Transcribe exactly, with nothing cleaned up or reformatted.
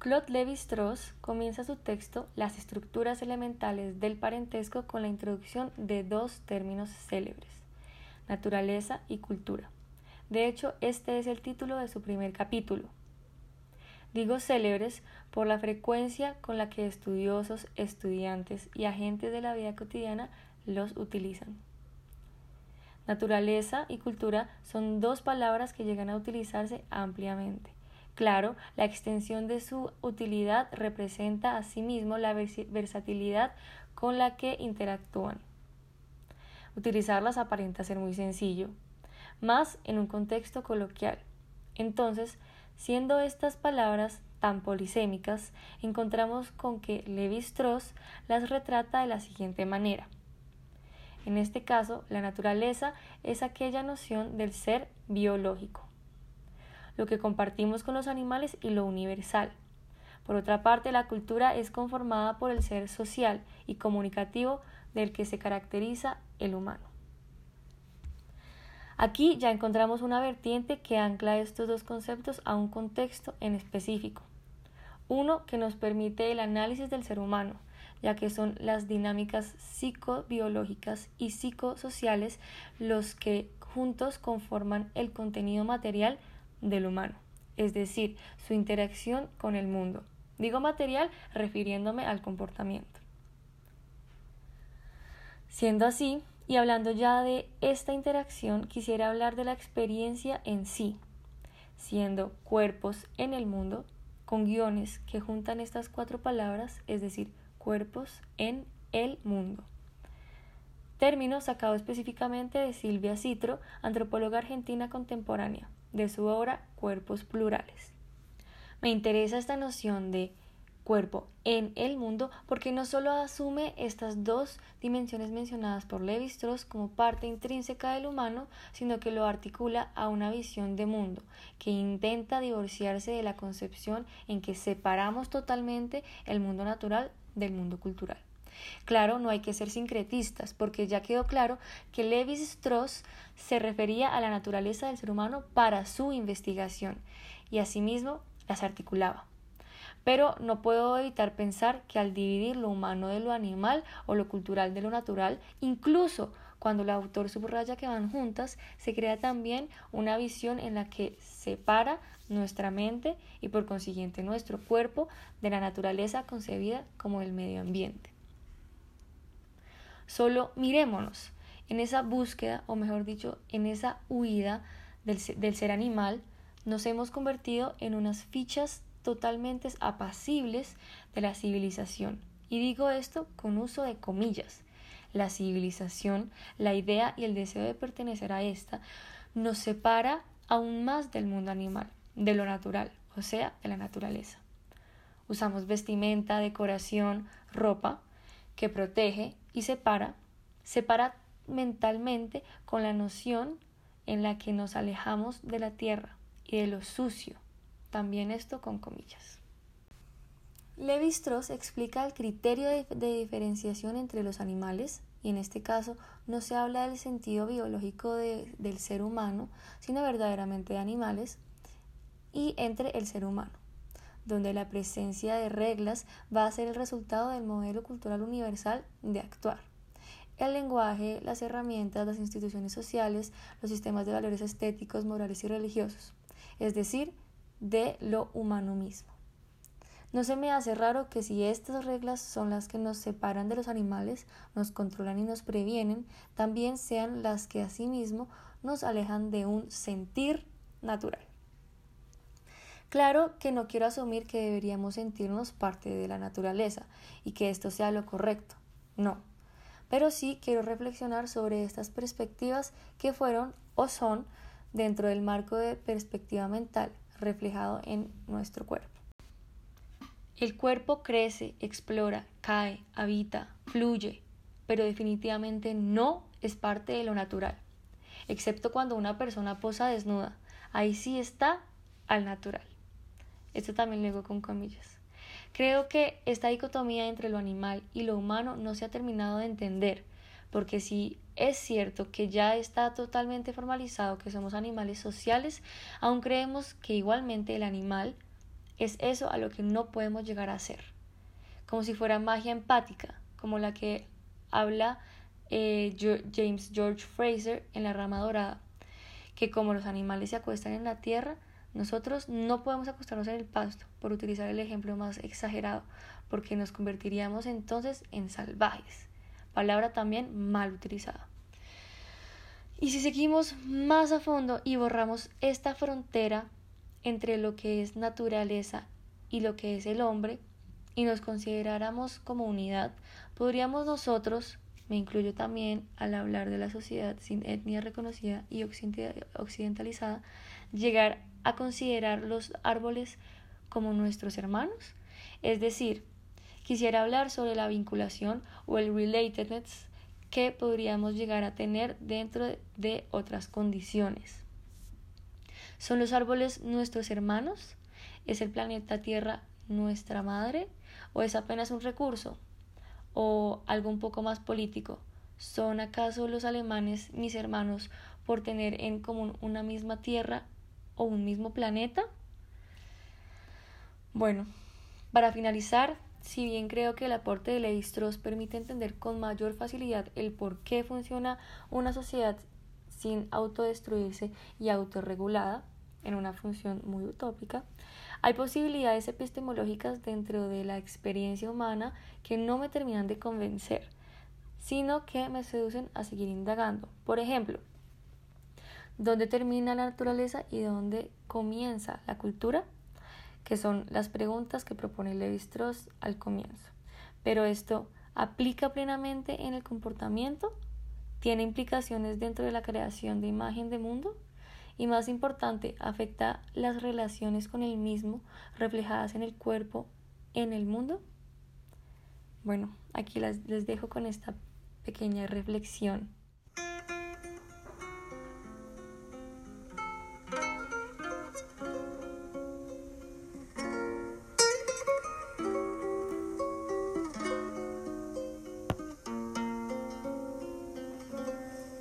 Claude Lévi-Strauss comienza su texto Las estructuras elementales del parentesco con la introducción de dos términos célebres, naturaleza y cultura. De hecho, este es el título de su primer capítulo. Digo célebres por la frecuencia con la que estudiosos, estudiantes y agentes de la vida cotidiana los utilizan. Naturaleza y cultura son dos palabras que llegan a utilizarse ampliamente. Claro, la extensión de su utilidad representa asimismo la versatilidad con la que interactúan. Utilizarlas aparenta ser muy sencillo, más en un contexto coloquial. Entonces, siendo estas palabras tan polisémicas, encontramos con que Lévi-Strauss las retrata de la siguiente manera. En este caso, la naturaleza es aquella noción del ser biológico, lo que compartimos con los animales y lo universal. Por otra parte, la cultura es conformada por el ser social y comunicativo del que se caracteriza el humano. Aquí ya encontramos una vertiente que ancla estos dos conceptos a un contexto en específico. Uno que nos permite el análisis del ser humano, ya que son las dinámicas psicobiológicas y psicosociales los que juntos conforman el contenido material del humano, es decir, su interacción con el mundo. Digo material refiriéndome al comportamiento. Siendo así, y hablando ya de esta interacción, quisiera hablar de la experiencia en sí, siendo cuerpos en el mundo, con guiones que juntan estas cuatro palabras, es decir, cuerpos en el mundo. Término sacado específicamente de Silvia Citro, antropóloga argentina contemporánea, de su obra Cuerpos Plurales. Me interesa esta noción de cuerpo en el mundo porque no solo asume estas dos dimensiones mencionadas por Lévi-Strauss como parte intrínseca del humano, sino que lo articula a una visión de mundo que intenta divorciarse de la concepción en que separamos totalmente el mundo natural del mundo cultural. Claro, no hay que ser sincretistas, porque ya quedó claro que Lévi-Strauss se refería a la naturaleza del ser humano para su investigación y asimismo las articulaba. Pero no puedo evitar pensar que al dividir lo humano de lo animal o lo cultural de lo natural, incluso cuando el autor subraya que van juntas, se crea también una visión en la que separa nuestra mente y por consiguiente nuestro cuerpo de la naturaleza concebida como el medio ambiente. Solo mirémonos en esa búsqueda, o mejor dicho, en esa huida del, del ser animal, nos hemos convertido en unas fichas totalmente apacibles de la civilización. Y digo esto con uso de comillas. La civilización, la idea y el deseo de pertenecer a esta, nos separa aún más del mundo animal, de lo natural, o sea, de la naturaleza. Usamos vestimenta, decoración, ropa, que protege y separa, separa mentalmente con la noción en la que nos alejamos de la tierra y de lo sucio, también esto con comillas. Lévi-Strauss explica el criterio de, de diferenciación entre los animales, y en este caso no se habla del sentido biológico de, del ser humano, sino verdaderamente de animales, y entre el ser humano, donde la presencia de reglas va a ser el resultado del modelo cultural universal de actuar. El lenguaje, las herramientas, las instituciones sociales, los sistemas de valores estéticos, morales y religiosos, es decir, de lo humano mismo. No se me hace raro que si estas reglas son las que nos separan de los animales, nos controlan y nos previenen, también sean las que asimismo nos alejan de un sentir natural. Claro que no quiero asumir que deberíamos sentirnos parte de la naturaleza y que esto sea lo correcto, no. Pero sí quiero reflexionar sobre estas perspectivas que fueron o son dentro del marco de perspectiva mental reflejado en nuestro cuerpo. El cuerpo crece, explora, cae, habita, fluye, pero definitivamente no es parte de lo natural, excepto cuando una persona posa desnuda, ahí sí está al natural. Esto también lo digo con comillas. Creo que esta dicotomía entre lo animal y lo humano no se ha terminado de entender, porque si es cierto que ya está totalmente formalizado que somos animales sociales, aún creemos que igualmente el animal es eso a lo que no podemos llegar a hacer. Como si fuera magia empática, como la que habla eh, James George Frazer en La Rama Dorada, que como los animales se acuestan en la tierra, nosotros no podemos acostarnos en el pasto, por utilizar el ejemplo más exagerado, porque nos convertiríamos entonces en salvajes, palabra también mal utilizada. Y si seguimos más a fondo y borramos esta frontera entre lo que es naturaleza y lo que es el hombre, y nos consideráramos como unidad, podríamos nosotros, me incluyo también al hablar de la sociedad sin etnia reconocida y occidentalizada, llegar a considerar los árboles como nuestros hermanos. Es decir, quisiera hablar sobre la vinculación o el relatedness que podríamos llegar a tener dentro de otras condiciones. ¿Son los árboles nuestros hermanos? ¿Es el planeta Tierra nuestra madre? ¿O es apenas un recurso? ¿O algo un poco más político? ¿Son acaso los alemanes mis hermanos por tener en común una misma tierra o un mismo planeta? Bueno, para finalizar, si bien creo que el aporte de Levi-Strauss permite entender con mayor facilidad el por qué funciona una sociedad sin autodestruirse y autorregulada, en una función muy utópica, hay posibilidades epistemológicas dentro de la experiencia humana que no me terminan de convencer, sino que me seducen a seguir indagando. Por ejemplo, ¿dónde termina la naturaleza y dónde comienza la cultura? Que son las preguntas que propone Levi-Strauss al comienzo. Pero esto ¿aplica plenamente en el comportamiento? ¿Tiene implicaciones dentro de la creación de imagen de mundo? Y más importante, ¿afecta las relaciones con el mismo reflejadas en el cuerpo, en el mundo? Bueno, aquí las, les dejo con esta pequeña reflexión.